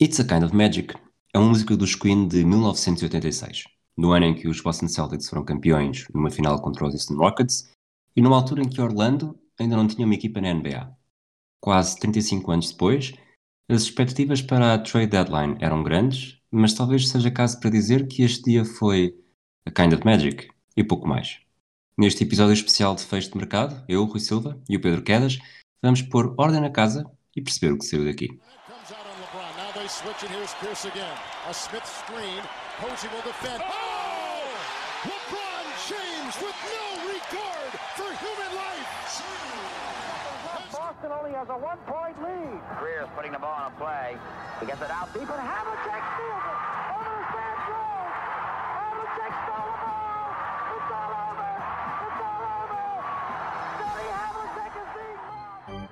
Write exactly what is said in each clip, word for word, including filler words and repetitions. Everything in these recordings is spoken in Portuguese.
It's a Kind of Magic é uma música dos Queen de mil novecentos e oitenta e seis, no ano em que os Boston Celtics foram campeões numa final contra os Houston Rockets e numa altura em que Orlando ainda não tinha uma equipa na N B A. Quase trinta e cinco anos depois, as expectativas para a trade deadline eram grandes, mas talvez seja caso para dizer que este dia foi a Kind of Magic e pouco mais. Neste episódio especial de fecho de mercado, eu, Rui Silva e o Pedro Quedas, vamos pôr ordem na casa e perceber o que saiu daqui. Switch, and here's Pierce again. A Smith screen. Posey will defend. Oh! LeBron James with no regard for human life. Boston only has a one-point lead. Greer's putting the ball on a play. He gets it out deep, and Havlicek steals it. Over the fence row. Havlicek stole the ball. It's all over. It's all over. Johnny Havlicek is being mobbed.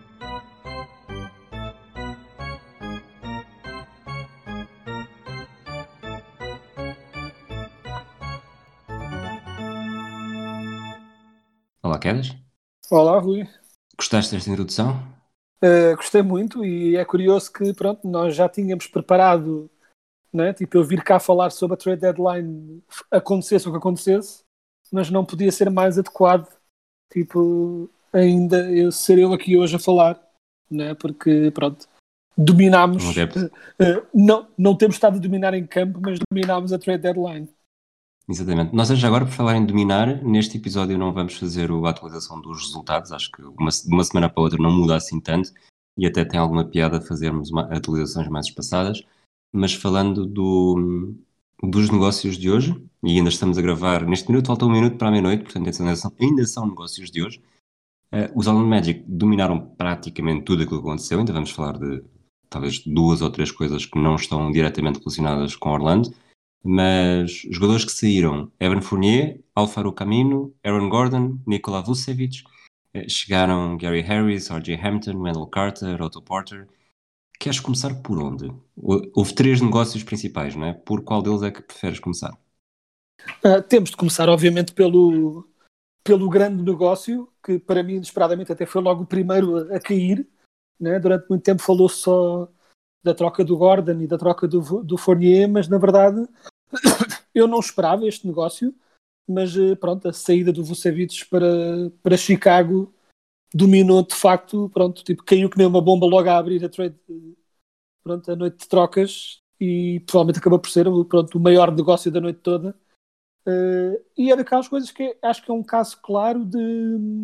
Olá, Quedas. Olá, Rui. Gostaste desta introdução? Uh, gostei muito e é curioso que, pronto, nós já tínhamos preparado, né? Tipo, eu vir cá falar sobre a trade deadline, acontecesse o que acontecesse, mas não podia ser mais adequado, tipo, ainda eu, ser eu aqui hoje a falar, né? Porque, pronto, dominámos, Um adepto. uh, uh, não, não temos estado a dominar em campo, mas dominámos a trade deadline. Exatamente. Nós já agora, por falar em dominar, neste episódio não vamos fazer a atualização dos resultados. Acho que uma, de uma semana para a outra não muda assim tanto e até tem alguma piada fazermos uma, atualizações mais espaçadas. Mas falando do, dos negócios de hoje, e ainda estamos a gravar, neste minuto falta um minuto para a meia-noite, portanto ainda são, ainda são negócios de hoje. Uh, os Orlando Magic dominaram praticamente tudo aquilo que aconteceu. Ainda vamos falar de talvez duas ou três coisas que não estão diretamente relacionadas com Orlando. Mas jogadores que saíram: Evan Fournier, Al-Farouq Aminu, Aaron Gordon, Nikola Vucevic, chegaram Gary Harris, R J Hampton, Wendell Carter, Otto Porter. Queres começar por onde? Houve três negócios principais, não é? Por qual deles é que preferes começar? Uh, temos de começar, obviamente, pelo, pelo grande negócio, que para mim, inesperadamente, até foi logo o primeiro a, a cair, né? Durante muito tempo falou-se só da troca do Gordon e da troca do, do Fournier, mas na verdade eu não esperava este negócio, mas pronto, a saída do Vucevic para, para Chicago dominou de facto, pronto, tipo, caiu que nem uma bomba logo a abrir a trade, pronto, a noite de trocas, e provavelmente acabou por ser, pronto, o maior negócio da noite toda. Uh, e é daquelas coisas que acho que é um caso claro de,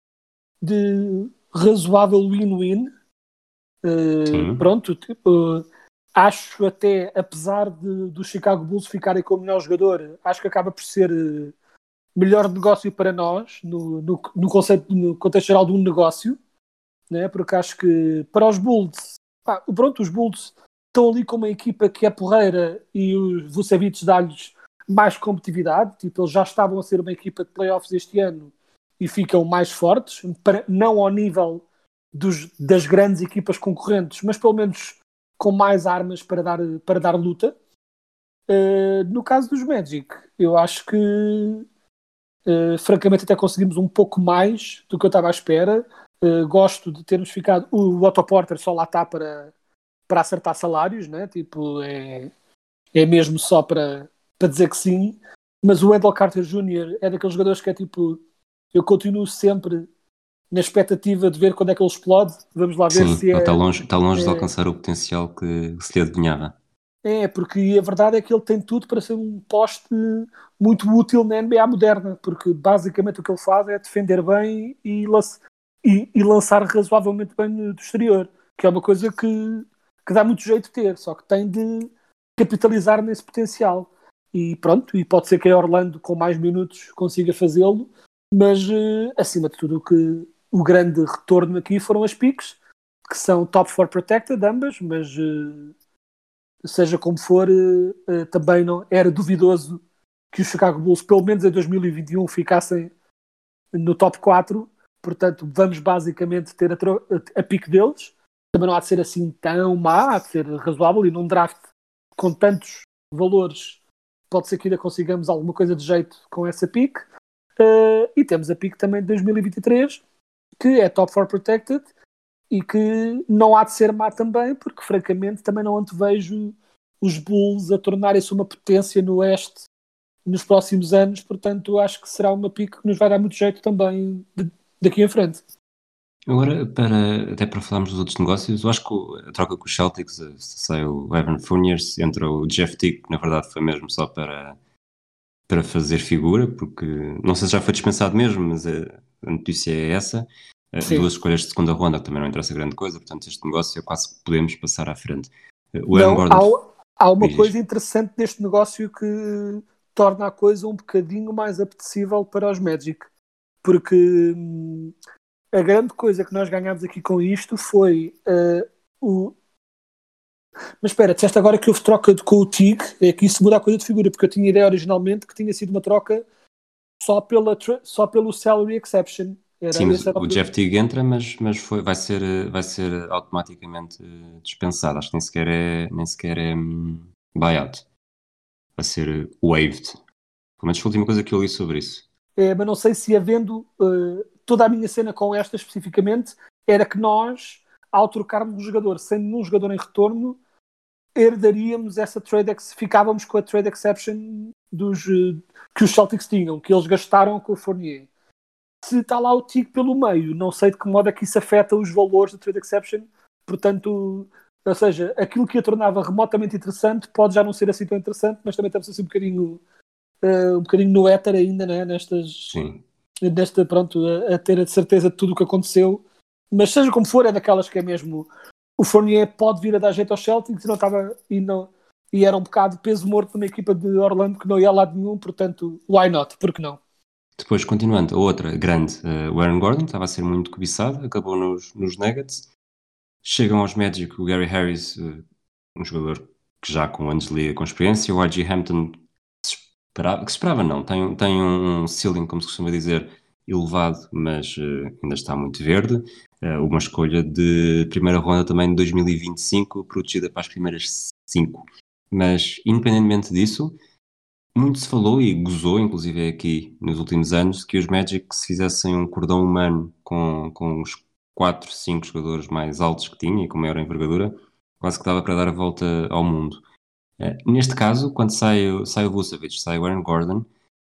de razoável win-win. Uh, pronto, tipo, acho até, apesar de, do Chicago Bulls ficarem com o melhor jogador, acho que acaba por ser uh, melhor negócio para nós no, no, no, conceito, no contexto geral de um negócio, né? Porque acho que para os Bulls, pá, pronto, os Bulls estão ali com uma equipa que é porreira e os Vucevic dá-lhes mais competitividade, tipo, eles já estavam a ser uma equipa de playoffs este ano e ficam mais fortes, para, não ao nível Dos, das grandes equipas concorrentes, mas pelo menos com mais armas para dar, para dar luta. Uh, no caso dos Magic, eu acho que uh, francamente até conseguimos um pouco mais do que eu estava à espera. Uh, gosto de termos ficado, o Otto Porter só lá está para, para acertar salários, né? Tipo, é, é mesmo só para, para dizer que sim, mas o Wendell Carter Júnior é daqueles jogadores que é tipo, eu continuo sempre na expectativa de ver quando é que ele explode. Vamos lá ver. Sim, se é... está longe, está longe é, de alcançar o potencial que se lhe adivinhava. É, porque a verdade é que ele tem tudo para ser um poste muito útil na N B A moderna, porque basicamente o que ele faz é defender bem e, e, e lançar razoavelmente bem do exterior, que é uma coisa que, que dá muito jeito de ter, só que tem de capitalizar nesse potencial. E pronto, e pode ser que a Orlando com mais minutos consiga fazê-lo, mas acima de tudo o que o grande retorno aqui foram as picks, que são top four protected ambas, mas uh, seja como for, uh, uh, também não era duvidoso que os Chicago Bulls, pelo menos em dois mil e vinte e um, ficassem no top quatro. Portanto, vamos basicamente ter a, tro- a pick deles. Também não há de ser assim tão má, há de ser razoável, e num draft com tantos valores pode ser que ainda consigamos alguma coisa de jeito com essa pick. Uh, e temos a pick também de dois mil e vinte e três, que é top four protected e que não há de ser má também, porque francamente também não antevejo os Bulls a tornarem-se uma potência no Oeste nos próximos anos, portanto acho que será uma pick que nos vai dar muito jeito também de, daqui em frente. Agora, para, até para falarmos dos outros negócios, eu acho que o- a troca com os Celtics, eh, sai o Evan Fournier, entra o Jeff Teague, que na verdade foi mesmo só para, para fazer figura, porque não sei se já foi dispensado mesmo, mas a, a notícia é essa. Eh, Sim. Duas escolhas de segunda ronda, que também não interessa grande coisa, portanto este negócio é quase que podemos passar à frente. Eh, O Aaron Não, Gordon... há, há uma Diz, coisa diz. interessante deste negócio que torna a coisa um bocadinho mais apetecível para os Magic, porque hum, a grande coisa que nós ganhámos aqui com isto foi uh, o... Mas espera, disseste agora que houve troca de, com o Tig, é que isso muda a coisa de figura, porque eu tinha ideia originalmente que tinha sido uma troca só, pela, tra- só pelo salary exception. Era, Sim, mas esse era o Jeff Teague entra, mas, mas foi, vai, ser, eh, vai ser automaticamente eh, dispensado. Acho que nem sequer é, nem sequer é hum, buyout. Vai ser eh, waived. Pelo menos foi a última coisa que eu li sobre isso. É, mas não sei se havendo uh, toda a minha cena com esta especificamente era que nós, ao trocarmos um jogador sem nenhum jogador em retorno, herdaríamos essa trade, ex- ficávamos com a trade exception dos, uh, que os Celtics tinham, que eles gastaram com o Fournier. Se está lá o Tico pelo meio, não sei de que modo é que isso afeta os valores da trade exception, portanto, ou seja, aquilo que a tornava remotamente interessante pode já não ser assim tão interessante, mas também estamos assim um bocadinho Uh, um bocadinho no éter ainda, né? Nestas, Sim. nesta, pronto, a, a ter a certeza de tudo o que aconteceu. Mas seja como for, é daquelas que é mesmo o Fournier pode vir a dar jeito aos Celtics e não estava e, não, e era um bocado peso morto numa equipa de Orlando que não ia a lado nenhum, portanto, why not? Por que não? Depois, continuando, a outra grande, eh, o Aaron Gordon, estava a ser muito cobiçado, acabou nos, nos Nuggets. Chegam aos Magic o Gary Harris, eh, um jogador que já com anos de liga com experiência, o R J Hampton, que se esperava, que se esperava não, tem, um- tem um ceiling, como se costuma dizer, elevado, mas eh, ainda está muito verde. Eh, uma escolha de primeira ronda também de dois mil e vinte e cinco, protegida para as primeiras cinco. Mas, independentemente disso, muito se falou e gozou, inclusive aqui nos últimos anos, que os Magic se fizessem um cordão humano com, com os quatro, cinco jogadores mais altos que tinha e com maior envergadura, quase que dava para dar a volta ao mundo. Eh, neste caso, quando sai, o- sai o Vucevic, sai o Aaron Gordon,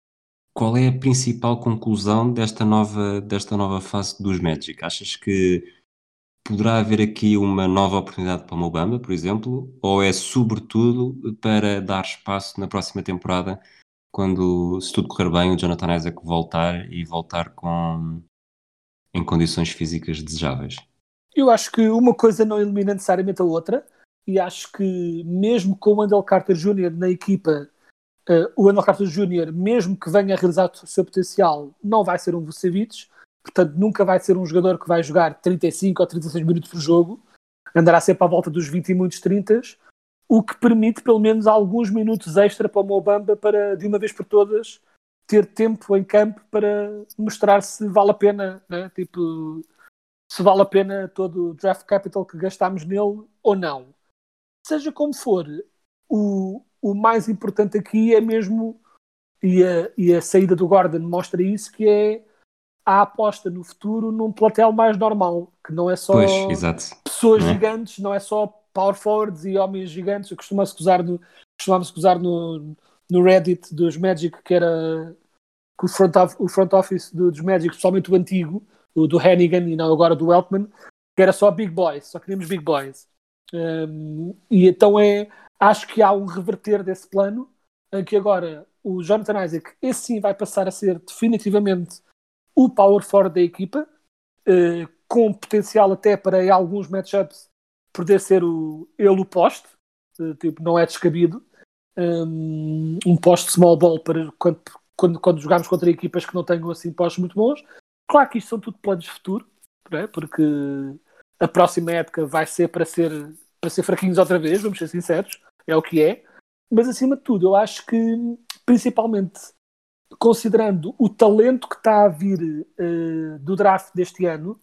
qual é a principal conclusão desta nova, desta nova fase dos Magic? Achas que poderá haver aqui uma nova oportunidade para o Mo Bamba, por exemplo, ou é sobretudo para dar espaço na próxima temporada, quando, se tudo correr bem, o Jonathan Isaac voltar e voltar com, em condições físicas desejáveis? Eu acho que uma coisa não elimina necessariamente a outra, e acho que mesmo com o Wendell Carter Júnior na equipa, uh, o Wendell Carter Júnior, mesmo que venha a realizar o seu potencial, não vai ser um Vucevic, portanto nunca vai ser um jogador que vai jogar trinta e cinco ou trinta e seis minutos por jogo, andará sempre à volta dos vinte e muitos trinta, o que permite pelo menos alguns minutos extra para o Mo Bamba para, de uma vez por todas, ter tempo em campo para mostrar se vale a pena, né? Tipo, se vale a pena todo o draft capital que gastámos nele ou não. Seja como for, o, o mais importante aqui é mesmo, e a, e a saída do Gordon mostra isso, que é a aposta no futuro num platel mais normal, que não é Pois, só exato. pessoas Não é? gigantes, não é só power forwards e homens gigantes. Eu costumava-se gozar no, costumava-se gozar no, no Reddit dos Magic, que era que o front, of, o front office do, dos Magic, especialmente o antigo, o do Hannigan e não agora do Weltman, que era só big boys, só queríamos big boys. Um, e então é, acho que há um reverter desse plano, em que agora o Jonathan Isaac, esse sim vai passar a ser definitivamente o power forward da equipa, uh, com potencial até para em alguns matchups poder ser o, ele o poste, uh, tipo, não é descabido. Um, um poste small ball para quando, quando, quando jogarmos contra equipas que não tenham assim postes muito bons. Claro que isto são tudo planos de futuro, não é? Porque a próxima época vai ser para ser para ser fraquinhos outra vez, vamos ser sinceros, é o que é. Mas acima de tudo, eu acho que principalmente considerando o talento que está a vir uh, do draft deste ano,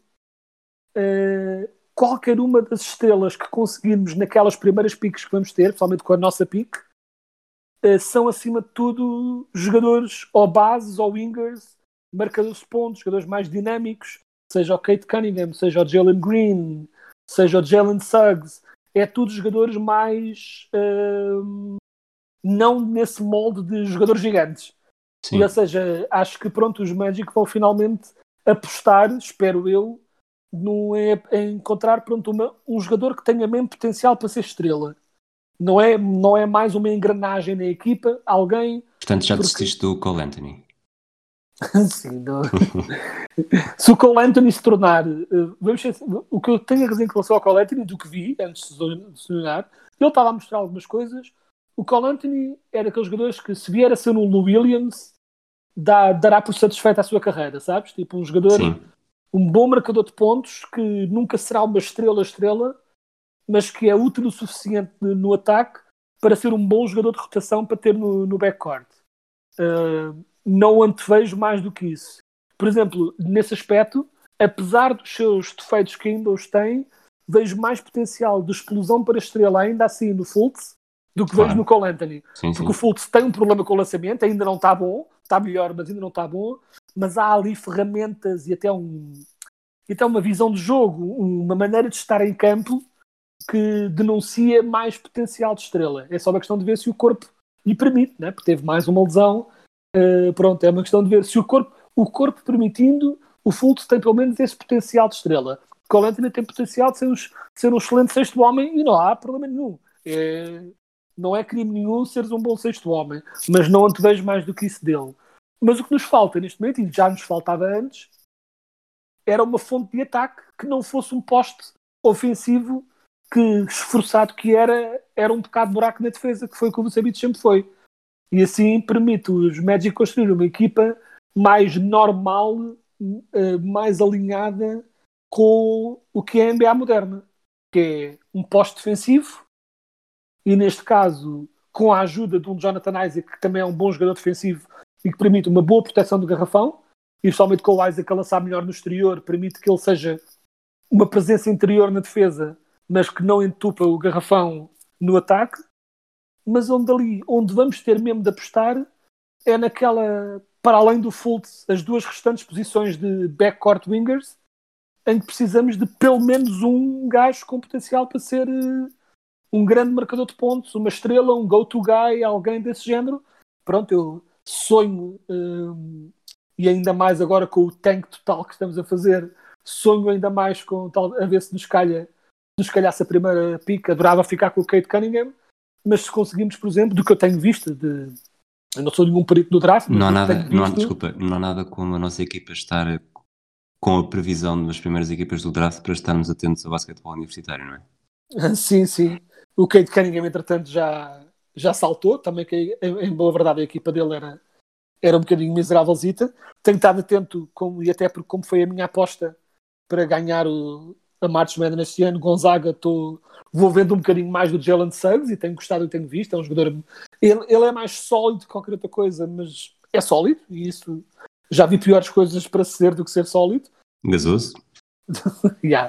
uh, qualquer uma das estrelas que conseguirmos naquelas primeiras piques que vamos ter, principalmente com a nossa pique, uh, são acima de tudo jogadores ou bases ou wingers, marcadores de pontos, jogadores mais dinâmicos, seja o Kate Cunningham, seja o Jalen Green, seja o Jalen Suggs, é tudo jogadores mais uh, não nesse molde de jogadores gigantes. Sim. Ou seja, acho que pronto, os Magic vão finalmente apostar, espero eu, no, em, em encontrar pronto, uma, um jogador que tenha mesmo potencial para ser estrela. Não é, não é mais uma engrenagem na equipa, alguém... Portanto, já porque... desististe do Cole Anthony. Sim, não... Se o Cole Anthony se tornar... Uh, vamos ver, o que eu tenho a dizer em relação ao Cole Anthony, do que vi, antes de se tornar, ele estava a mostrar algumas coisas. O Cole Anthony era aqueles jogadores que, se vier a ser um Lou Williams, dá, dará por satisfeito a sua carreira, sabes? Tipo, um jogador, Sim. um bom marcador de pontos, que nunca será uma estrela-estrela, mas que é útil o suficiente no ataque para ser um bom jogador de rotação para ter no, no backcourt. Uh, não antevejo mais do que isso. Por exemplo, nesse aspecto, apesar dos seus defeitos que ainda os tem, vejo mais potencial de explosão para estrela ainda assim no Fultz do que Claro. vejo no Cole Anthony. Sim, Porque sim. o Fultz tem um problema com o lançamento, ainda não está bom, está melhor, mas ainda não está bom, mas há ali ferramentas e até, um, e até uma visão de jogo, uma maneira de estar em campo que denuncia mais potencial de estrela. É só uma questão de ver se o corpo lhe permite, né? Porque teve mais uma lesão. Uh, pronto, é uma questão de ver se o corpo, o corpo permitindo, o Fultz tem pelo menos esse potencial de estrela. O Cole Anthony tem potencial de ser, um, ser um excelente sexto homem e não há problema nenhum. É, não é crime nenhum seres um bom sexto homem, mas não antevejo mais do que isso dele. Mas o que nos falta neste momento, e já nos faltava antes, era uma fonte de ataque que não fosse um poste ofensivo que, esforçado que era, era um bocado de buraco na defesa, que foi o que o Vucevic sempre foi. E assim permite os Magic construir uma equipa mais normal, mais alinhada com o que é a N B A moderna, que é um poste defensivo e, neste caso, com a ajuda de um Jonathan Isaac, que também é um bom jogador defensivo e que permite uma boa proteção do garrafão, e somente com o Isaac a lançar melhor no exterior, permite que ele seja uma presença interior na defesa, mas que não entupa o garrafão no ataque. Mas onde ali, onde vamos ter mesmo de apostar é naquela, para além do Fultz, as duas restantes posições de backcourt wingers, em que precisamos de pelo menos um gajo com potencial para ser uh, um grande marcador de pontos, uma estrela, um go-to guy, alguém desse género. Pronto, eu sonho, um, e ainda mais agora com o tank total que estamos a fazer, sonho ainda mais com tal, a ver se nos calha, nos calhasse a primeira pica. Adorava ficar com o Kate Cunningham, mas se conseguimos, por exemplo, do que eu tenho visto, de... eu não sou nenhum perito no draft, mas Não há do que nada, tenho não há, visto- desculpa, não há nada como a nossa equipa estar com a previsão das primeiras equipas do draft para estarmos atentos ao basquetebol universitário, não é? Sim, sim. O Kate Cunningham, entretanto, já, já saltou. Também que, em, em boa verdade, a equipa dele era, era um bocadinho miserávelzita. Tenho estado atento, como, e até porque como foi a minha aposta para ganhar o, a March Madness este ano, Gonzaga, tô, vou vendo um bocadinho mais do Jalen Suggs e tenho gostado do que tenho visto. É um jogador... Ele, ele é mais sólido que qualquer outra coisa, mas é sólido, e isso... Já vi piores coisas para ser do que ser sólido. Gasoso? Yeah.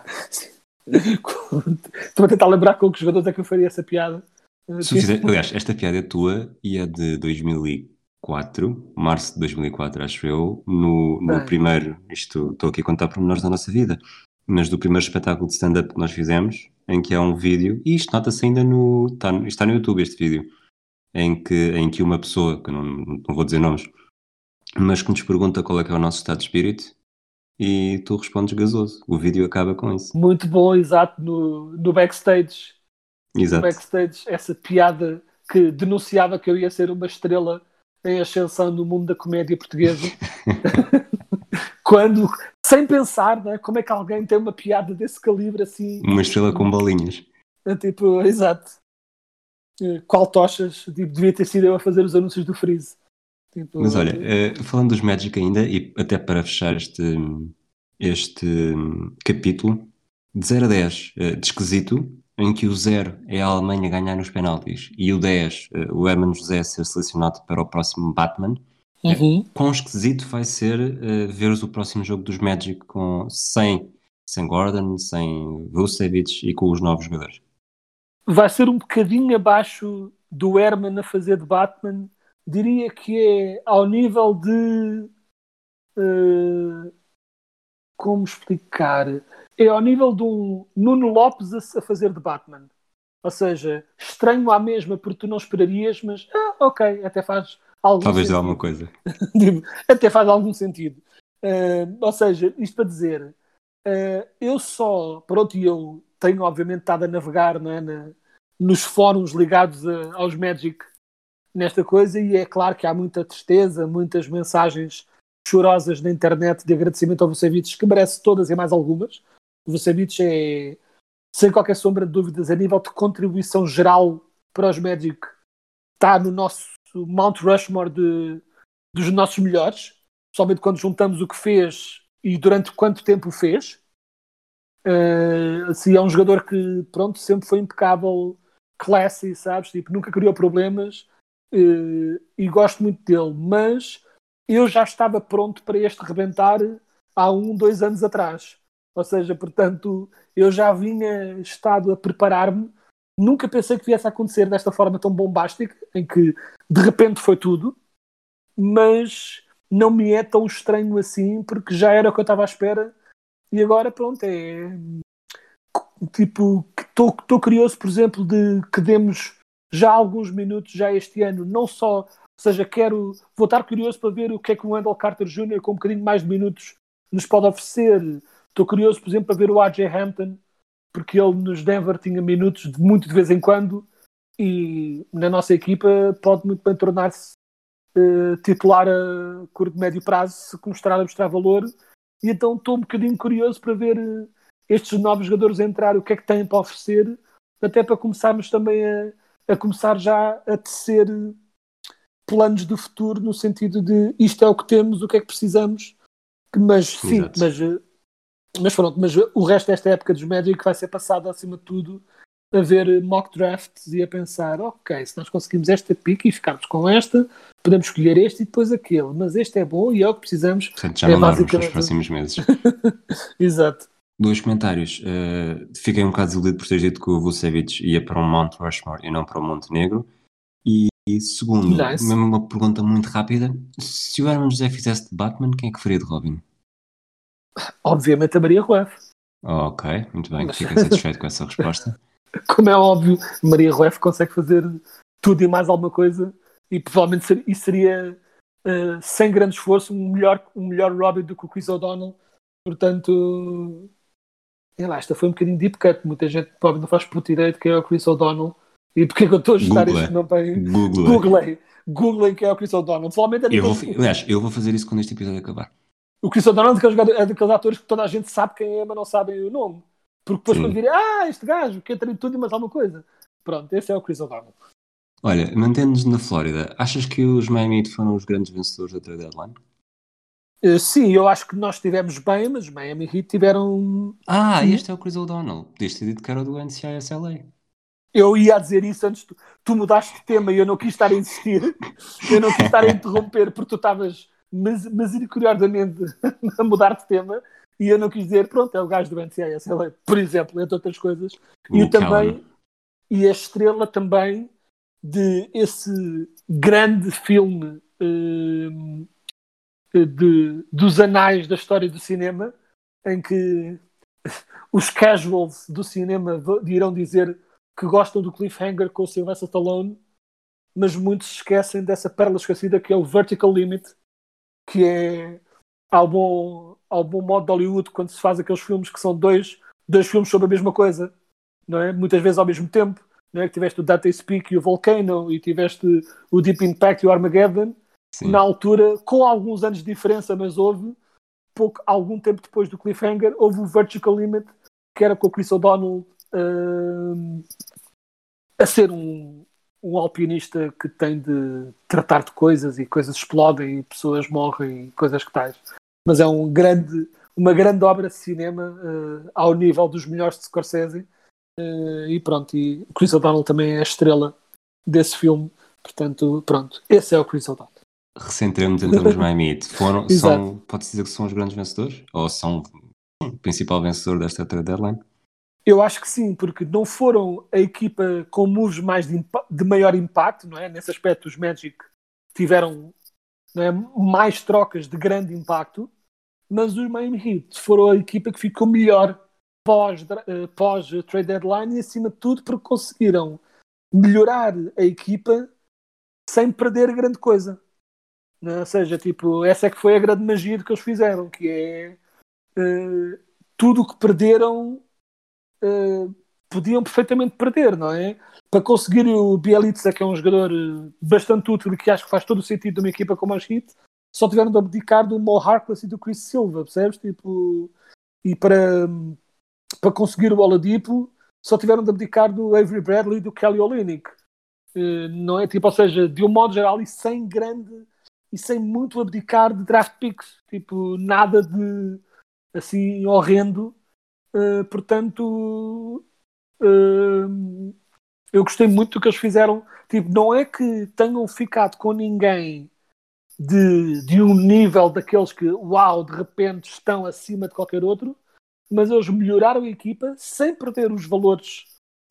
Estou a tentar lembrar com que jogadores é que eu faria essa piada. Se tu fizer- aliás, esta piada é tua e é de dois mil e quatro, março de dois mil e quatro, acho eu, no, no Bem. primeiro, isto estou aqui a contar pormenores da nossa vida, mas do primeiro espetáculo de stand-up que nós fizemos, em que há um vídeo, e isto nota-se ainda no, está, isto está no YouTube, este vídeo, em que, em que uma pessoa, que eu não, não vou dizer nomes, mas que nos pergunta qual é que é o nosso estado de espírito, e tu respondes gasoso. O vídeo acaba com isso. Muito bom, exato, no, no backstage. No Exato. backstage, essa piada que denunciava que eu ia ser uma estrela em ascensão no mundo da comédia portuguesa. Quando, sem pensar, né, como é que alguém tem uma piada desse calibre assim? Uma estrela com bolinhas. É tipo, exato. Eh, Qual tochas? Tipo, devia ter sido eu a fazer os anúncios do Freeze. Tipo, Mas olha, eh, falando dos Magic ainda, e até para fechar este, este hum, capítulo, de zero a dez, eh, de esquisito, em que o zero é a Alemanha ganhar nos penaltis e o dez, eh, o Herman José ser selecionado para o próximo Batman, Uhum. quão esquisito vai ser eh, veres o próximo jogo dos Magic com, sem, sem Gordon, sem Vucevic e com os novos jogadores. Vai ser um bocadinho abaixo do Herman a fazer de Batman. Diria que é ao nível de uh, como explicar? É ao nível de um Nuno Lopes a, a fazer de Batman. Ou seja, estranho à mesma porque tu não esperarias, mas ah, ok, até faz algum Talvez sentido. alguma coisa. Até faz algum sentido. Uh, ou seja, isto para dizer, uh, eu só, pronto, e eu tenho obviamente estado a navegar, não é, na, nos fóruns ligados a, aos Magic nesta coisa, e é claro que há muita tristeza, muitas mensagens chorosas na internet de agradecimento ao Vucevic, que merece todas e mais algumas. O Vucevic é, sem qualquer sombra de dúvidas, a nível de contribuição geral para os Magic, está no nosso Mount Rushmore de, dos nossos melhores, somente quando juntamos o que fez e durante quanto tempo o fez. Uh, assim, é um jogador que, pronto, sempre foi impecável, classy, sabes? Tipo, nunca criou problemas, uh, e gosto muito dele, mas eu já estava pronto para este rebentar há um, dois anos atrás. Ou seja, portanto, eu já vinha estado a preparar-me. Nunca pensei que viesse a acontecer desta forma tão bombástica, em que de repente foi tudo, mas não me é tão estranho assim, porque já era o que eu estava à espera. E agora, pronto, é tipo, estou curioso, por exemplo, de que demos já alguns minutos já este ano, não só, ou seja, quero, vou estar curioso para ver o que é que o Wendell Carter Júnior com um bocadinho mais de minutos nos pode oferecer. Estou curioso, por exemplo, para ver o R J Hampton, porque ele nos Denver tinha minutos de muito de vez em quando, e na nossa equipa pode muito bem tornar-se uh, titular a curto e médio prazo, se começar a mostrar valor. E então estou um bocadinho curioso para ver uh, estes novos jogadores entrar, o que é que têm para oferecer, até para começarmos também a, a começar já a tecer planos do futuro, no sentido de isto é o que temos, o que é que precisamos. Mas sim, Exato. mas, mas pronto, mas o resto desta época dos Magic vai ser passado acima de tudo a ver mock drafts e a pensar, ok, se nós conseguimos esta pick e ficarmos com esta, podemos escolher este e depois aquele, mas este é bom e é o que precisamos. Portanto, já é não dormos nos basicamente... próximos meses. Exato. Dois comentários. Uh, fiquei um bocado desiludido por ter dito que o Vucevic ia para um Mount Rushmore e não para o Montenegro. E, e segundo, Nice. mesmo uma pergunta muito rápida: se o Herman José fizesse de Batman, quem é que faria de Robin? Obviamente a Maria Rueff. Oh, ok, muito bem, Mas- fiquei satisfeito com essa resposta. Como é óbvio, Maria Rueff consegue fazer tudo e mais alguma coisa, e provavelmente ser- isso seria, uh, sem grande esforço, um melhor, um melhor Robin do que o Chris O'Donnell. Portanto, sei lá, esta foi um bocadinho deep cut. Muita gente provavelmente não faz puta ideia de quem é o Chris O'Donnell e porque é que eu estou a ajustar Google este nome bem. Google. Googlei. Googlei quem é o Chris O'Donnell. Provavelmente é Eu vou, daqueles- aliás, eu vou fazer isso quando este episódio acabar. O Chris O'Donnell é daqueles, jogadores- é daqueles atores que toda a gente sabe quem é, mas não sabem o nome. Porque depois Sim. quando virem, ah, este gajo, que entra em tudo e mais alguma coisa. Pronto, esse é o Chris O'Donnell. Olha, mantendo-nos na Flórida, achas que os Miami Heat foram os grandes vencedores da trade deadline? Uh, sim, eu acho que nós estivemos bem, mas os Miami Heat tiveram... Ah, Sim. este é o Chris O'Donnell. Podias ter dito que era o do N C I S L A. Eu ia a dizer isso antes, tu, tu mudaste de tema e eu não quis estar a insistir, eu não quis estar a interromper porque tu estavas mis- misericordiosamente a mudar de tema e eu não quis dizer, pronto, é o gajo do N C I S L A, por exemplo, entre outras coisas. E O o também, Callan. e a estrela também de esse grande filme hum, de, dos anais da história do cinema, em que os casuals do cinema v- irão dizer que gostam do cliffhanger com o Sylvester Stallone, mas muitos se esquecem dessa pérola esquecida que é o Vertical Limit, que é ao bom, ao bom modo de Hollywood, quando se faz aqueles filmes que são dois, dois filmes sobre a mesma coisa, não é? Muitas vezes ao mesmo tempo, não é? Que tiveste o Dante's Peak e o Volcano, e tiveste o Deep Impact e o Armageddon. Sim. Na altura, com alguns anos de diferença, mas houve, pouco, algum tempo depois do cliffhanger, houve o Vertical Limit, que era com o Chris O'Donnell hum, a ser um, um alpinista que tem de tratar de coisas e coisas explodem e pessoas morrem e coisas que tais. Mas é um grande, uma grande obra de cinema uh, ao nível dos melhores de Scorsese, uh, e pronto, e o Chris O'Donnell também é a estrela desse filme, portanto, pronto, esse é o Chris O'Donnell. Recentremos então nos Miami Heat. Foram, Exato. são, pode-se dizer que são os grandes vencedores? Ou são o principal vencedor desta trade deadline? Eu acho que sim, porque não foram a equipa com moves mais de, impa- de maior impacto, não é? Nesse aspecto os Magic tiveram, não é, mais trocas de grande impacto, mas os Miami Heat foram a equipa que ficou melhor pós, uh, pós trade deadline e acima de tudo porque conseguiram melhorar a equipa sem perder grande coisa. Não? Ou seja, tipo, essa é que foi a grande magia que eles fizeram, que é uh, tudo o que perderam uh, podiam perfeitamente perder, não é? Para conseguir o Bjelica, que é um jogador bastante útil e que acho que faz todo o sentido de uma equipa como a Heat, só tiveram de abdicar do Mo Harkless e do Chris Silva, percebes? Tipo, e para, para conseguir o Oladipo só tiveram de abdicar do Avery Bradley e do Kelly Olynyk. Uh, não é? Tipo, ou seja, de um modo geral e sem grande e sem muito abdicar de draft picks. Tipo, nada de assim horrendo. Uh, portanto... Uh, eu gostei muito do que eles fizeram. Tipo, não é que tenham ficado com ninguém de, de um nível daqueles que, uau, de repente estão acima de qualquer outro, mas eles melhoraram a equipa sem perder os valores,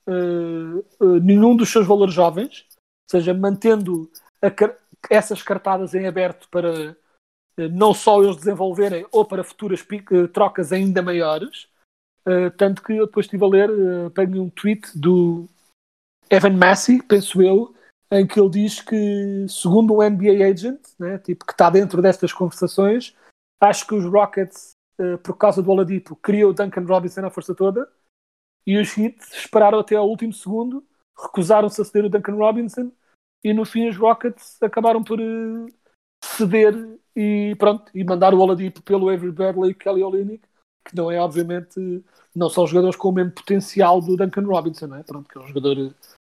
uh, uh, nenhum dos seus valores jovens, ou seja, mantendo a, essas cartadas em aberto para uh, não só eles desenvolverem ou para futuras uh, trocas ainda maiores. Uh, tanto que eu depois estive a ler, uh, peguei um tweet do Evan Massey, penso eu, em que ele diz que, segundo um N B A agent, né, tipo, que está dentro destas conversações, acho que os Rockets, uh, por causa do Oladipo, criou o Duncan Robinson à força toda, e os Heat esperaram até ao último segundo, recusaram-se a ceder o Duncan Robinson, e no fim os Rockets acabaram por uh, ceder e pronto, e mandar o Oladipo pelo Avery Bradley e Kelly Olynyk, que não é, obviamente, não são jogadores com o mesmo potencial do Duncan Robinson, não é? Pronto, que é um jogador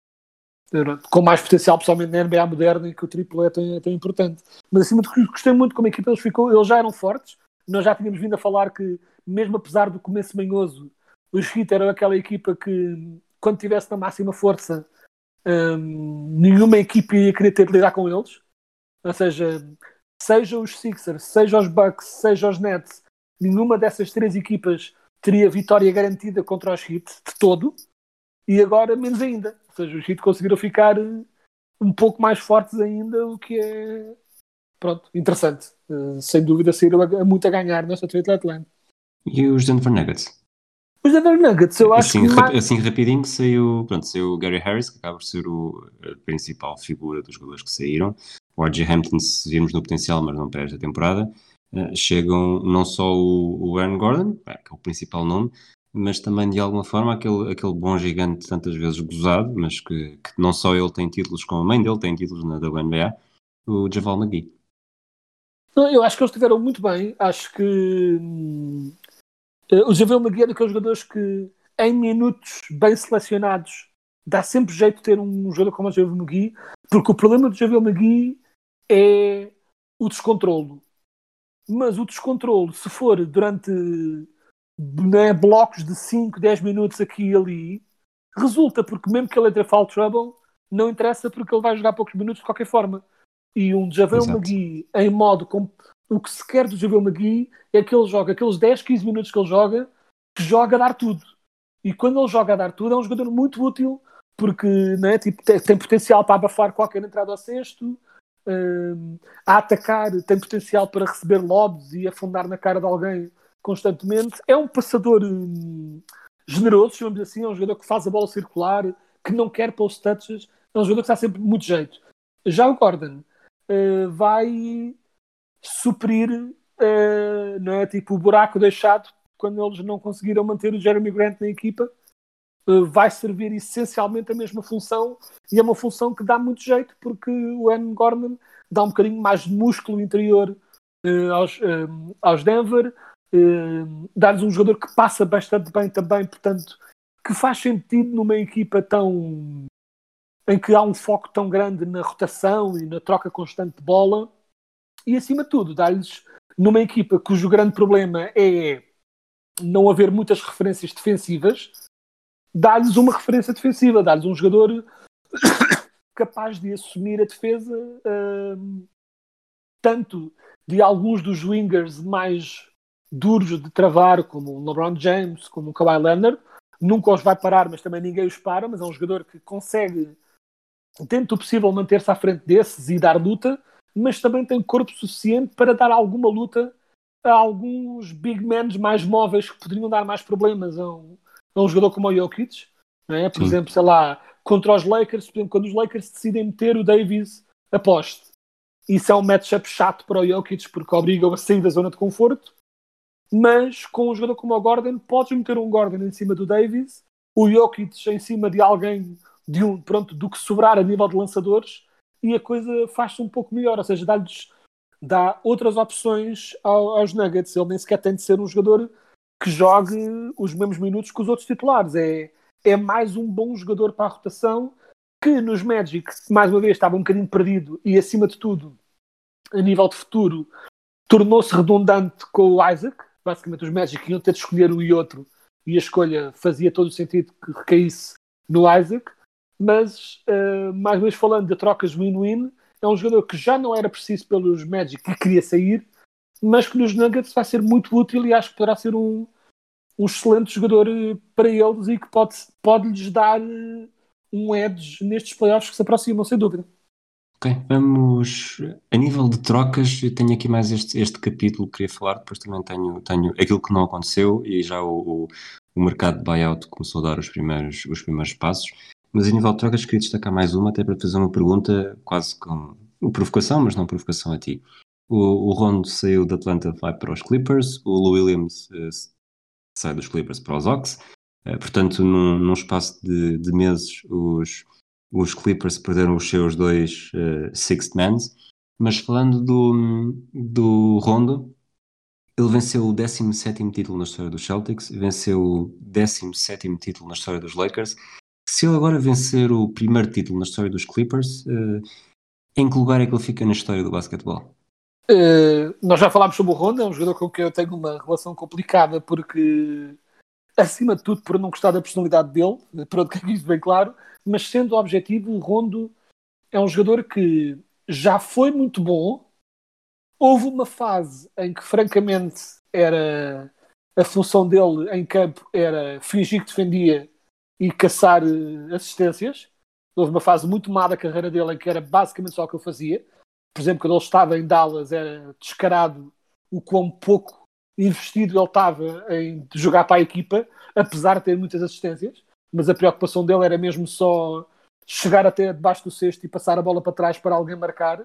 uh, com mais potencial, pessoalmente na N B A moderna, e que o triplo é tão, é tão importante. Mas acima de tudo, gostei muito como a equipa eles ficou. Eles já eram fortes. Nós já tínhamos vindo a falar que, mesmo apesar do começo manhoso, os Heat eram aquela equipa que, quando estivesse na máxima força, um, nenhuma equipa ia querer ter de lidar com eles. Ou seja, seja os Sixers, seja os Bucks, seja os Nets, nenhuma dessas três equipas teria vitória garantida contra os Heat de todo, e agora menos ainda. Ou seja, os Heat conseguiram ficar um pouco mais fortes ainda, o que é, pronto, interessante. Uh, sem dúvida saíram a, a muito a ganhar nesta trade deadline. E os Denver Nuggets? Os Denver Nuggets, eu acho assim, que... rap- mais... assim rapidinho saiu, pronto, saiu o Gary Harris, que acaba por ser o, a principal figura dos jogadores que saíram. O R J Hampton, se virmos no potencial, mas não para esta temporada. Uh, chegam não só o, o Aaron Gordon, é, que é o principal nome, mas também de alguma forma aquele, aquele bom gigante tantas vezes gozado, mas que, que não só ele tem títulos, como a mãe dele tem títulos na W N B A, o Javal McGee. Não, eu acho que eles estiveram muito bem. Acho que hum, o Javel McGee é daqueles jogadores que, em minutos bem selecionados, dá sempre jeito de ter um jogador como o Javel McGee, porque o problema do Javel McGee é o descontrolo. Mas o descontrolo, se for durante, né, blocos de cinco, dez minutos aqui e ali, resulta, porque mesmo que ele entre foul trouble, não interessa, porque ele vai jogar poucos minutos de qualquer forma. E um Javel McGee em modo... Com... O que se quer do Javel McGee é que ele joga aqueles dez, quinze minutos que ele joga, que joga a dar tudo. E quando ele joga a dar tudo, é um jogador muito útil, porque, né, tipo, tem, tem potencial para abafar qualquer entrada ao cesto, um, a atacar, tem potencial para receber lobes e afundar na cara de alguém constantemente. É um passador um, generoso, chamamos assim, é um jogador que faz a bola circular, que não quer post touches, é um jogador que está sempre muito jeito. Já o Gordon uh, vai suprir uh, não é, tipo, o buraco deixado quando eles não conseguiram manter o Jeremy Grant na equipa. Uh, vai servir essencialmente a mesma função, e é uma função que dá muito jeito, porque o Aaron Gordon dá um bocadinho mais de músculo interior uh, aos, uh, aos Denver, uh, dá-lhes um jogador que passa bastante bem também, portanto, que faz sentido numa equipa tão em que há um foco tão grande na rotação e na troca constante de bola, e acima de tudo dá-lhes, numa equipa cujo grande problema é não haver muitas referências defensivas, dá-lhes uma referência defensiva, dá-lhes um jogador capaz de assumir a defesa, uh, tanto de alguns dos wingers mais duros de travar, como o LeBron James, como o Kawhi Leonard. Nunca os vai parar, mas também ninguém os para, mas é um jogador que consegue, dentro do possível, manter-se à frente desses e dar luta, mas também tem corpo suficiente para dar alguma luta a alguns big men mais móveis que poderiam dar mais problemas a um, a um jogador como o Jokic, não é? Por Sim. exemplo, sei lá, contra os Lakers, por exemplo, quando os Lakers decidem meter o Davis a poste. Isso é um matchup chato para o Jokic porque obriga-o a sair da zona de conforto, mas com um jogador como o Gordon, podes meter um Gordon em cima do Davis, o Jokic em cima de alguém de um, pronto, do que sobrar a nível de lançadores, e a coisa faz-se um pouco melhor, ou seja, dá-lhes dá outras opções ao, aos Nuggets. Ele nem sequer tem de ser um jogador que jogue os mesmos minutos que os outros titulares. É, é mais um bom jogador para a rotação, que nos Magic, mais uma vez, estava um bocadinho perdido e, acima de tudo, a nível de futuro, tornou-se redundante com o Isaac. Basicamente, os Magic iam ter de escolher um e outro, e a escolha fazia todo o sentido que recaísse no Isaac. Mas, uh, mais uma vez falando de trocas win-win, é um jogador que já não era preciso pelos Magic e queria sair, mas que nos Nuggets vai ser muito útil e acho que poderá ser um, um excelente jogador para eles e que pode, pode-lhes dar um edge nestes playoffs que se aproximam, sem dúvida. Ok, vamos. A nível de trocas, eu tenho aqui mais este, este capítulo que queria falar, depois também tenho, tenho aquilo que não aconteceu e já o, o, o mercado de buyout começou a dar os primeiros, os primeiros passos. Mas a nível de trocas, queria destacar mais uma, até para fazer uma pergunta quase com provocação, mas não provocação a ti. O, o Rondo saiu de Atlanta, vai para os Clippers, o Lou Williams uh, sai dos Clippers para os Hawks. Uh, portanto, num, num espaço de, de meses, os, os Clippers perderam os seus dois uh, sixth mans. Mas falando do, do Rondo, ele venceu o décimo sétimo título na história dos Celtics, venceu o décimo sétimo título na história dos Lakers. Se ele agora vencer o primeiro título na história dos Clippers, uh, em que lugar é que ele fica na história do basquetebol? Uh, nós já falámos sobre o Rondo, é um jogador com quem eu tenho uma relação complicada, porque, acima de tudo, por não gostar da personalidade dele, pronto, que é isso bem claro, mas sendo objetivo, o Rondo é um jogador que já foi muito bom. Houve uma fase em que, francamente, era a função dele em campo era fingir que defendia e caçar uh, assistências. Houve uma fase muito má da carreira dele em que era basicamente só o que ele fazia. Por exemplo, quando ele estava em Dallas, era descarado o quão pouco investido ele estava em jogar para a equipa, apesar de ter muitas assistências. Mas a preocupação dele era mesmo só chegar até debaixo do cesto e passar a bola para trás para alguém marcar.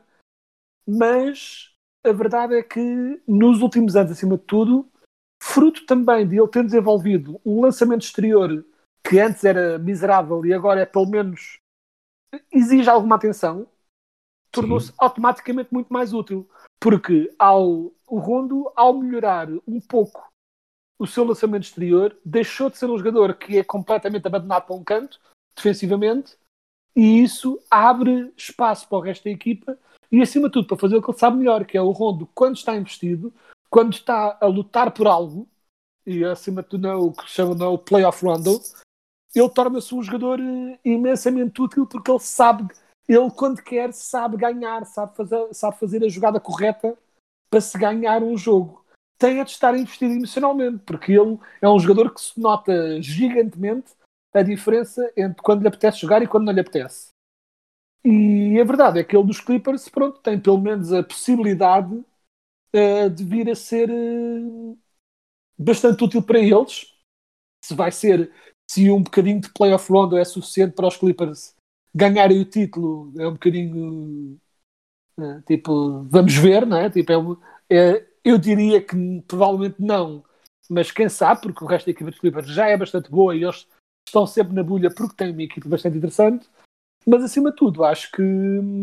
Mas a verdade é que, nos últimos anos, acima de tudo, fruto também de ele ter desenvolvido um lançamento exterior que antes era miserável e agora é, pelo menos, exige alguma atenção, tornou-se automaticamente muito mais útil. Porque ao, o Rondo, ao melhorar um pouco o seu lançamento exterior, deixou de ser um jogador que é completamente abandonado para um canto, defensivamente, e isso abre espaço para o resto da equipa e, acima de tudo, para fazer o que ele sabe melhor, que é o Rondo, quando está investido, quando está a lutar por algo, e acima de tudo não é o que chamam não é o playoff Rondo, ele torna-se um jogador imensamente útil porque ele sabe, ele quando quer sabe ganhar, sabe fazer, sabe fazer a jogada correta para se ganhar um jogo. Tem a de estar investido emocionalmente, porque ele é um jogador que se nota gigantemente a diferença entre quando lhe apetece jogar e quando não lhe apetece. E a verdade é que ele dos Clippers, pronto, tem pelo menos a possibilidade uh, de vir a ser uh, bastante útil para eles. Se vai ser, se um bocadinho de playoff rondo é suficiente para os Clippers ganharem o título, é um bocadinho uh, tipo, vamos ver, não é? Tipo, é, um, é, eu diria que provavelmente não, mas quem sabe, porque o resto da equipa dos Clippers já é bastante boa e eles estão sempre na bolha porque têm uma equipa bastante interessante. Mas, acima de tudo, acho que uh,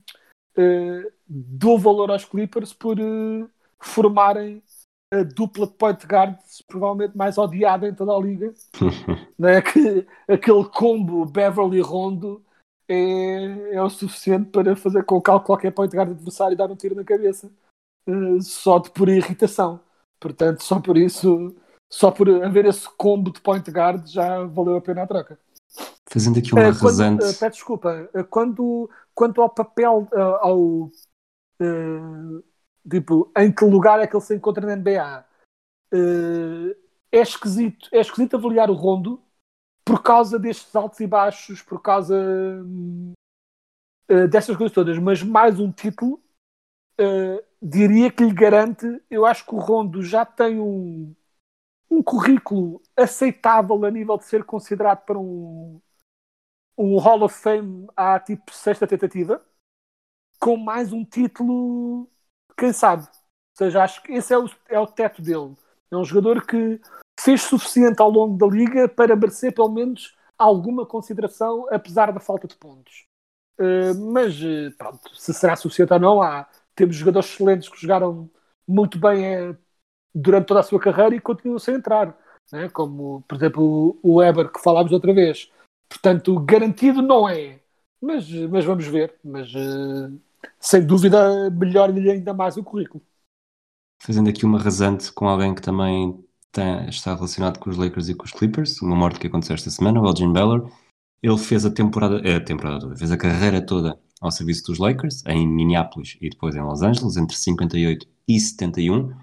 dou valor aos Clippers por uh, formarem a dupla de point guards provavelmente mais odiada em toda a liga. Né? Que, aquele combo Beverly-Rondo é, é o suficiente para fazer com que qualquer point guard adversário dar um tiro na cabeça. Uh, só de pura irritação. Portanto, só por isso, só por haver esse combo de point guard já valeu a pena a troca. Fazendo aqui uma uh, quando, rasante... uh, Peço desculpa. Uh, quando, quanto ao papel, uh, ao, uh, tipo, em que lugar é que ele se encontra na N B A, uh, é, esquisito, é esquisito avaliar o Rondo por causa destes altos e baixos, por causa uh, destas coisas todas. Mas mais um título uh, diria que lhe garante, eu acho que o Rondo já tem um, um currículo aceitável a nível de ser considerado para um, um Hall of Fame à tipo sexta tentativa, com mais um título, quem sabe. Ou seja, acho que esse é o, é o teto dele. É um jogador que fez suficiente ao longo da liga para merecer pelo menos alguma consideração, apesar da falta de pontos. Uh, mas, uh, pronto, se será suficiente ou não, há, temos jogadores excelentes que jogaram muito bem é, durante toda a sua carreira e continuam sem entrar, né? Como, por exemplo, o Weber, que falámos outra vez. Portanto, garantido não é, mas, mas vamos ver. Mas, uh, sem dúvida, melhor-lhe ainda mais o currículo. Fazendo aqui uma rasante com alguém que também tem, está relacionado com os Lakers e com os Clippers, uma morte que aconteceu esta semana, o Elgin Baylor. Ele fez a temporada, a temporada toda, fez a carreira toda ao serviço dos Lakers, em Minneapolis e depois em Los Angeles, entre cinquenta e oito e setenta e um.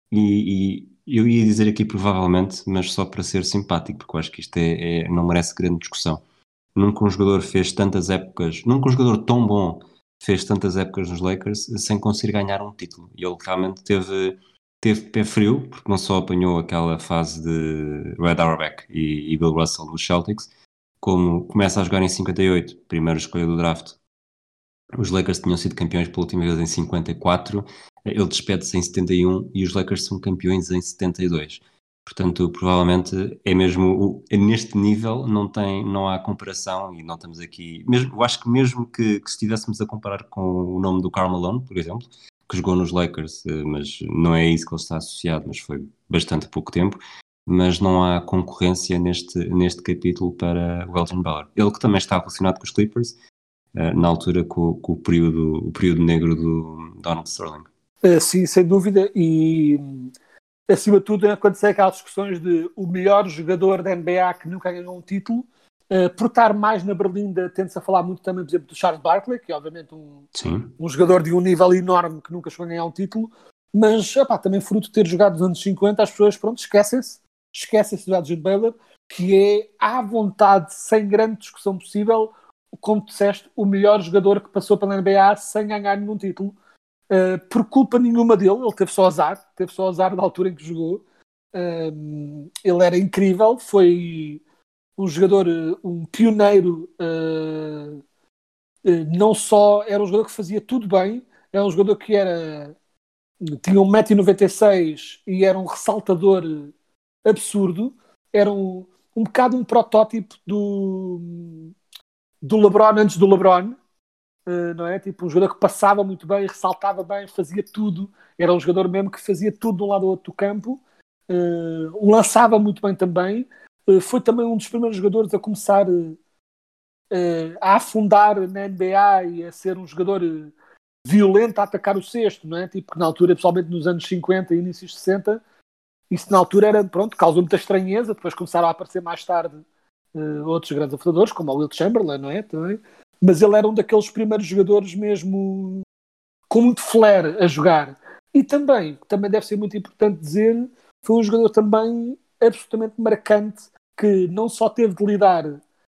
E, e eu ia dizer aqui provavelmente, mas só para ser simpático, porque eu acho que isto é, é, não merece grande discussão. Nunca um jogador fez tantas épocas, nunca um jogador tão bom fez tantas épocas nos Lakers sem conseguir ganhar um título. E ele realmente teve, teve pé frio, porque não só apanhou aquela fase de Red Auerbach e, e Bill Russell nos Celtics, como começa a jogar em cinquenta e oito, primeira escolha do draft. Os Lakers tinham sido campeões pela última vez em cinquenta e quatro, ele despede-se em setenta e um e os Lakers são campeões em setenta e dois. Portanto, provavelmente é mesmo é neste nível, não, tem, não há comparação e não estamos aqui. Mesmo, eu acho que mesmo que, que estivéssemos a comparar com o nome do Karl Malone, por exemplo, que jogou nos Lakers, mas não é isso que ele está associado, mas foi bastante pouco tempo, mas não há concorrência neste, neste capítulo para o Elgin Baylor. Ele que também está relacionado com os Clippers, na altura com, com o, período, o período negro do Donald Sterling. Uh, sim, sem dúvida, e acima de tudo quando se é aquelas discussões de o melhor jogador da N B A que nunca ganhou um título, uh, por estar mais na berlinda, tende-se a falar muito também, por exemplo, do Charles Barkley, que é obviamente um, um jogador de um nível enorme que nunca chegou a ganhar um título, mas opá, também fruto de ter jogado nos anos cinquenta, as pessoas pronto, esquecem-se, esquecem-se do Elgin Baylor, que é à vontade, sem grande discussão possível, como disseste, o melhor jogador que passou pela N B A sem ganhar nenhum título. Uh, por culpa nenhuma dele, ele teve só azar, teve só azar da altura em que jogou. Uh, ele era incrível, foi um jogador, um pioneiro, uh, uh, não só era um jogador que fazia tudo bem, era um jogador que era, tinha um metro e noventa e seis e era um ressaltador absurdo, era um, um bocado um protótipo do, do LeBron antes do LeBron. Uh, não é? Tipo um jogador que passava muito bem, ressaltava bem, fazia tudo, era um jogador mesmo que fazia tudo de um lado ao outro do campo, uh, lançava muito bem também, uh, foi também um dos primeiros jogadores a começar uh, uh, a afundar na N B A e a ser um jogador uh, violento a atacar o cesto, não é? Tipo que na altura, pessoalmente nos anos cinquenta e inícios de sessenta, isso na altura era, pronto, causou muita estranheza, depois começaram a aparecer mais tarde uh, outros grandes afundadores, como o Wilt Chamberlain, não é? Também. Mas ele era um daqueles primeiros jogadores mesmo com muito flair a jogar. E também, também deve ser muito importante dizer, foi um jogador também absolutamente marcante, que não só teve de lidar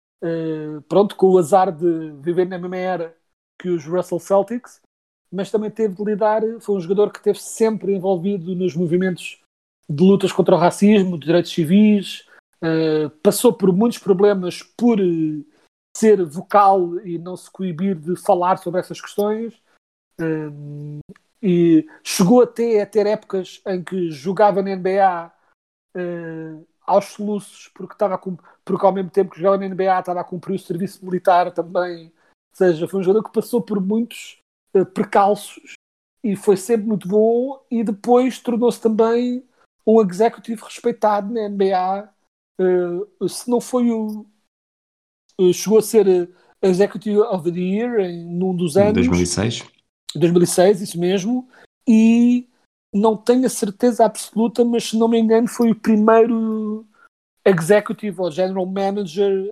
uh, pronto, com o azar de viver na mesma era que os Russell Celtics, mas também teve de lidar, foi um jogador que esteve sempre envolvido nos movimentos de lutas contra o racismo, de direitos civis, uh, passou por muitos problemas por... Uh, ser vocal e não se coibir de falar sobre essas questões, um, e chegou até a ter épocas em que jogava na N B A uh, aos soluços, porque, estava a, porque ao mesmo tempo que jogava na N B A estava a cumprir o serviço militar também, ou seja, foi um jogador que passou por muitos uh, percalços e foi sempre muito bom, e depois tornou-se também um executive respeitado na N B A, uh, se não foi o chegou a ser Executive of the Year em num dos anos. dois mil e seis. dois mil e seis, isso mesmo. E não tenho a certeza absoluta, mas se não me engano foi o primeiro Executive ou General Manager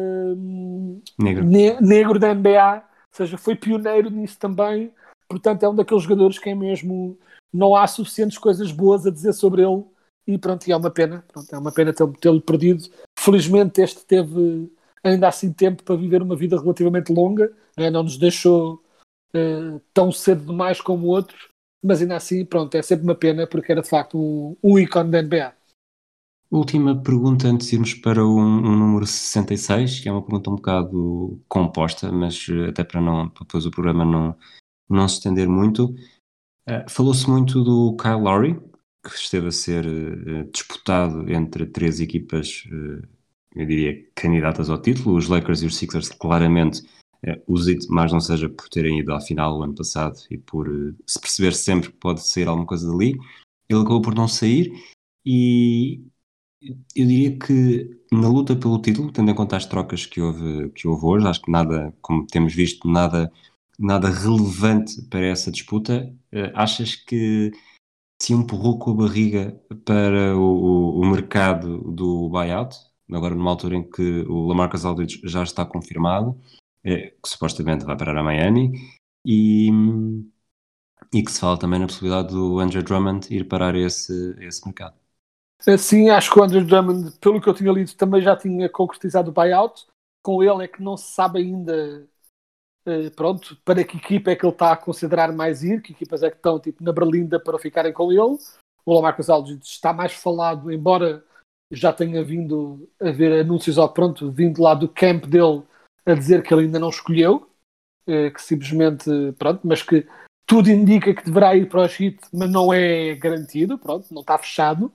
um, negro. Ne- negro da N B A. Ou seja, foi pioneiro nisso também. Portanto, é um daqueles jogadores que é mesmo... Não há suficientes coisas boas a dizer sobre ele. E pronto, e é uma pena. Pronto, é uma pena tê-lo, tê-lo perdido. Felizmente este teve... ainda assim tempo para viver uma vida relativamente longa, né? Não nos deixou uh, tão cedo demais como outros, mas ainda assim, pronto, é sempre uma pena porque era de facto um, um ícone da N B A. Última pergunta antes de irmos para um, um número sessenta e seis, que é uma pergunta um bocado composta, mas uh, até para não, para depois o programa não, não se estender muito. Uh, falou-se muito do Kyle Lowry, que esteve a ser uh, disputado entre três equipas, uh, eu diria, candidatas ao título, os Lakers e os Sixers, claramente, uh, os it, mais não seja por terem ido à final o ano passado e por uh, se perceber sempre que pode sair alguma coisa dali. Ele acabou por não sair e eu diria que na luta pelo título, tendo em conta as trocas que houve, que houve hoje, acho que nada, como temos visto, nada, nada relevante para essa disputa. Uh, achas que se empurrou com a barriga para o, o mercado do buyout, agora numa altura em que o LaMarcus Aldridge já está confirmado, eh, que supostamente vai parar a Miami, e, e que se fala também na possibilidade do Andre Drummond ir parar esse, esse mercado? Sim, acho que o Andre Drummond, pelo que eu tinha lido, também já tinha concretizado o buyout. Com ele é que não se sabe ainda, eh, pronto, para que equipa é que ele está a considerar mais ir, que equipas é que estão tipo, na berlinda para ficarem com ele. O LaMarcus Aldridge está mais falado, embora já tenha vindo a ver anúncios ao pronto, vindo lá do camp dele a dizer que ele ainda não escolheu, eh, que simplesmente, pronto, mas que tudo indica que deverá ir para o Heat, mas não é garantido, pronto, não está fechado.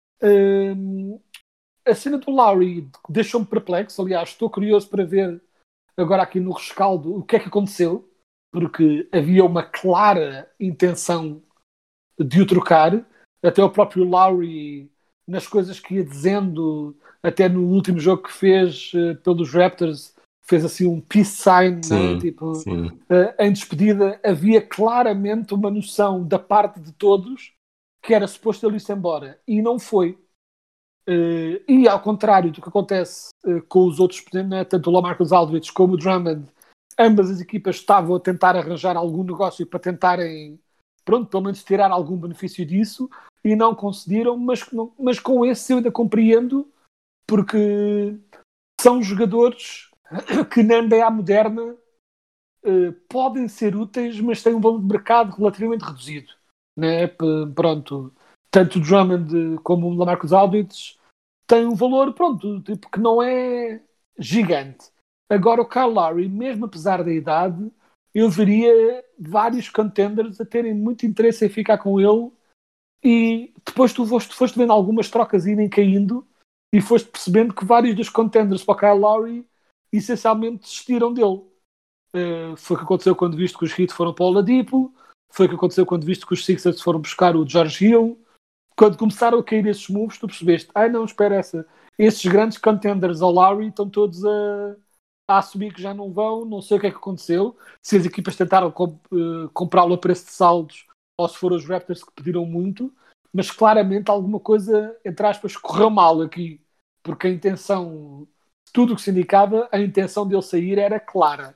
Um, a cena do Lowry deixou-me perplexo. Aliás, estou curioso para ver agora aqui no rescaldo o que é que aconteceu, porque havia uma clara intenção de o trocar. Até o próprio Lowry, nas coisas que ia dizendo, até no último jogo que fez uh, pelos Raptors, fez assim um peace sign, Sim, né? Tipo, sim. uh, em despedida. Havia claramente uma noção da parte de todos que era suposto ele ir-se embora, e não foi. Uh, e ao contrário do que acontece uh, com os outros, né, tanto o LaMarcus Aldridge como o Drummond, ambas as equipas estavam a tentar arranjar algum negócio para tentarem, pronto, pelo menos tirar algum benefício disso, e não conseguiram, mas, mas com esse eu ainda compreendo, porque são jogadores que na N B A moderna uh, podem ser úteis, mas têm um valor de mercado relativamente reduzido. Né? Pronto, tanto o Drummond como o LaMarcus Aldridge têm um valor, pronto, tipo, que não é gigante. Agora o Kyle Lowry, mesmo apesar da idade, eu veria vários contenders a terem muito interesse em ficar com ele, e depois tu foste, foste vendo algumas trocas irem caindo e foste percebendo que vários dos contenders para o Kyle Lowry essencialmente desistiram dele. Uh, foi o que aconteceu quando viste que os Heat foram para o Oladipo. Foi o que aconteceu quando viste que os Sixers foram buscar o George Hill. Quando começaram a cair esses moves, tu percebeste, ai ah, não, espera essa. Esses grandes contenders ao Lowry estão todos a, a assumir que já não vão, não sei o que é que aconteceu. Se as equipas tentaram comp, uh, comprá-lo a preço de saldos, ou se foram os Raptors que pediram muito, mas claramente alguma coisa, entre aspas, correu mal aqui. Porque a intenção, tudo o que se indicava, a intenção dele sair era clara.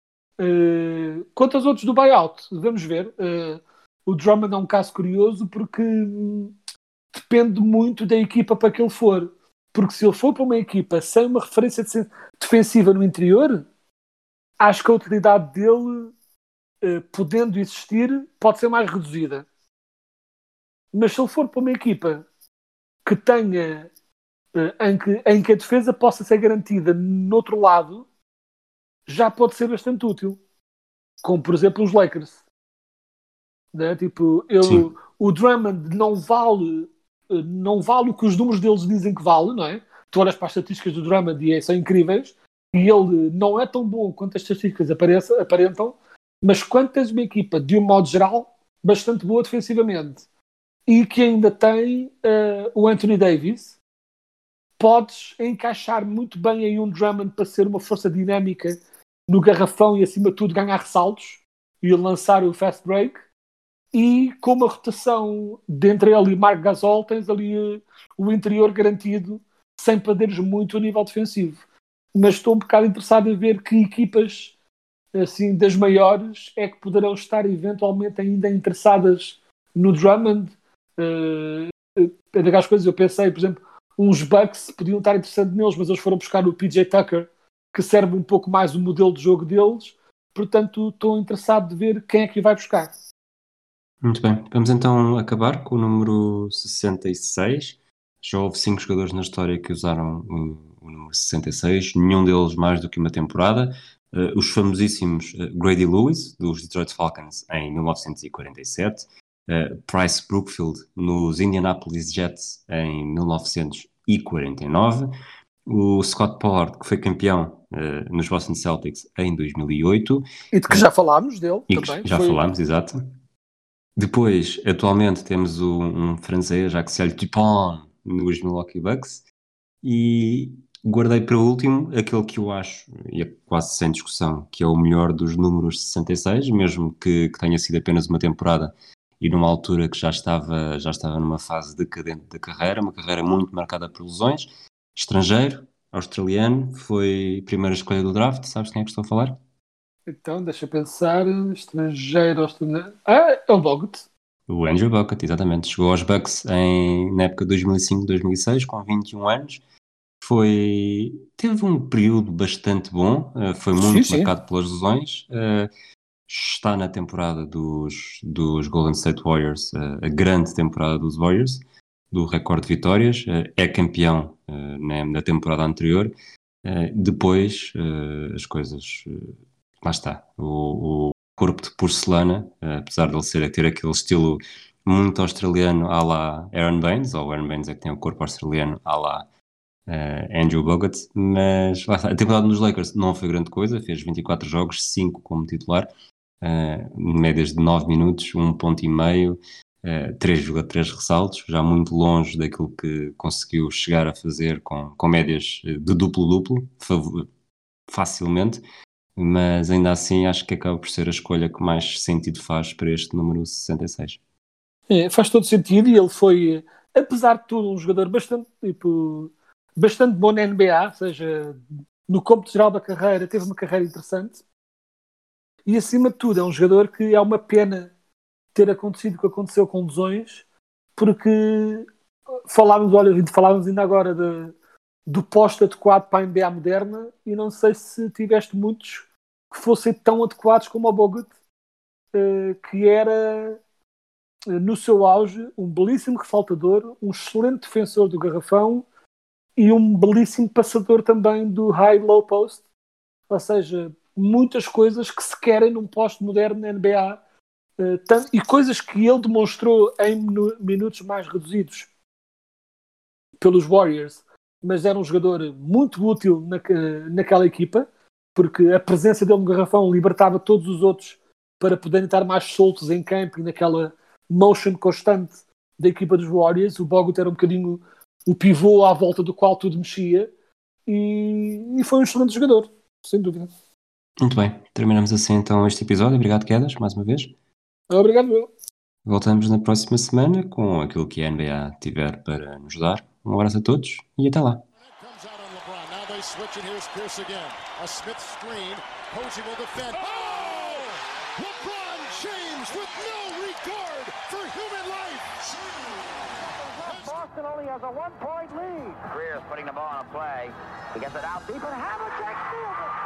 Uh, quanto aos outros do buyout, vamos ver. Uh, o Drummond é um caso curioso porque hum, depende muito da equipa para que ele for. Porque se ele for para uma equipa sem uma referência de defensiva no interior, acho que a utilidade dele, uh, podendo existir, pode ser mais reduzida. Mas se ele for para uma equipa que tenha uh, em, que, em que a defesa possa ser garantida no outro lado, já pode ser bastante útil, como por exemplo os Lakers, né? Tipo, eu, o Drummond não vale não vale o que os números deles dizem que vale, não é? Tu olhas para as estatísticas do Drummond e são incríveis, e ele não é tão bom quanto as estatísticas apareça, aparentam, mas quando tens uma equipa, de um modo geral, bastante boa defensivamente, e que ainda tem uh, o Anthony Davis, podes encaixar muito bem aí um Drummond para ser uma força dinâmica no garrafão e, acima de tudo, ganhar ressaltos e lançar o fast break. E com uma rotação de entre ele e Marc Gasol, tens ali uh, o interior garantido, sem perderes muito a nível defensivo. Mas estou um bocado interessado em ver que equipas assim, das maiores é que poderão estar eventualmente ainda interessadas no Drummond. Uh, uh, as coisas, eu pensei, por exemplo, uns Bucks podiam estar interessados neles, mas eles foram buscar o P J Tucker, que serve um pouco mais o modelo de jogo deles. Portanto, estou interessado de ver quem é que vai buscar. Muito bem, vamos então acabar com o número sessenta e seis. Já houve cinco jogadores na história que usaram o, o número sessenta e seis, nenhum deles mais do que uma temporada. Uh, os famosíssimos uh, Grady Lewis, dos Detroit Falcons, em mil novecentos e quarenta e sete, uh, Price Brookfield, nos Indianapolis Jets, em mil novecentos e quarenta e nove, o Scott Pollard, que foi campeão uh, nos Boston Celtics em dois mil e oito, E de que já falámos dele e que também. já Foi... falámos, exato. Depois, atualmente, temos o- um francês, Axel Dupont, nos Milwaukee Bucks. E guardei para último aquele que eu acho, e é quase sem discussão, que é o melhor dos números sessenta e seis, mesmo que, que tenha sido apenas uma temporada e numa altura que já estava, já estava numa fase decadente da carreira, uma carreira muito marcada por lesões. Estrangeiro, australiano, foi primeira escolha do draft. Sabes quem é que estou a falar? Então, deixa eu pensar. Estrangeiro, australiano. Ah, é o Bogut. O Andrew Bogut, exatamente. Chegou aos Bucks em, na época de dois mil e cinco, dois mil e seis, com vinte e um anos. Foi, teve um período bastante bom, uh, foi Sim, muito sim. marcado pelas lesões. Uh, está na temporada dos, dos Golden State Warriors, uh, a grande temporada dos Warriors, do recorde de vitórias. Uh, é campeão uh, na, na temporada anterior. Uh, depois, uh, as coisas. Uh, lá está. O, o corpo de porcelana, uh, apesar de ele ser, ter aquele estilo muito australiano à la Aaron Baines, ou Aaron Baines é que tem o corpo australiano à la Uh, Andrew Bogut, mas lá está, a temporada nos Lakers não foi grande coisa, fez vinte e quatro jogos, cinco como titular, uh, médias de nove minutos, um ponto e meio, uh, três vírgula três ressaltos, já muito longe daquilo que conseguiu chegar a fazer com, com médias de duplo-duplo, facilmente, mas ainda assim acho que acaba por ser a escolha que mais sentido faz para este número sessenta e seis. É, faz todo sentido e ele foi, apesar de tudo, um jogador bastante, tipo, bastante bom na N B A, ou seja, no cômputo geral da carreira, teve uma carreira interessante. E acima de tudo, é um jogador que é uma pena ter acontecido o que aconteceu com lesões, porque falávamos, olha, falávamos ainda agora de, do posto adequado para a N B A moderna e não sei se tiveste muitos que fossem tão adequados como o Bogut, eh, que era, eh, no seu auge, um belíssimo ressaltador, um excelente defensor do garrafão e um belíssimo passador também do high-low post, ou seja, muitas coisas que se querem num posto moderno na N B A, uh, tanto, e coisas que ele demonstrou em minu- minutos mais reduzidos pelos Warriors, mas era um jogador muito útil na, naquela equipa, porque a presença dele no garrafão libertava todos os outros para poderem estar mais soltos em campo e naquela motion constante da equipa dos Warriors. O Bogut era um bocadinho o pivô à volta do qual tudo mexia e, e foi um excelente jogador, sem dúvida. Muito bem, terminamos assim então este episódio. Obrigado, Quedas, mais uma vez. Obrigado, meu. Voltamos na próxima semana com aquilo que a N B A tiver para nos dar. Um abraço a todos e até lá. Comes out on LeBron. Now they switch and here's Pierce again. A Smith screen. Posey will defend. Oh! LeBron James with no regard for human life. Boston only has a one-point lead. Greer's putting the ball on a play. He gets it out deep and Havlicek steals it.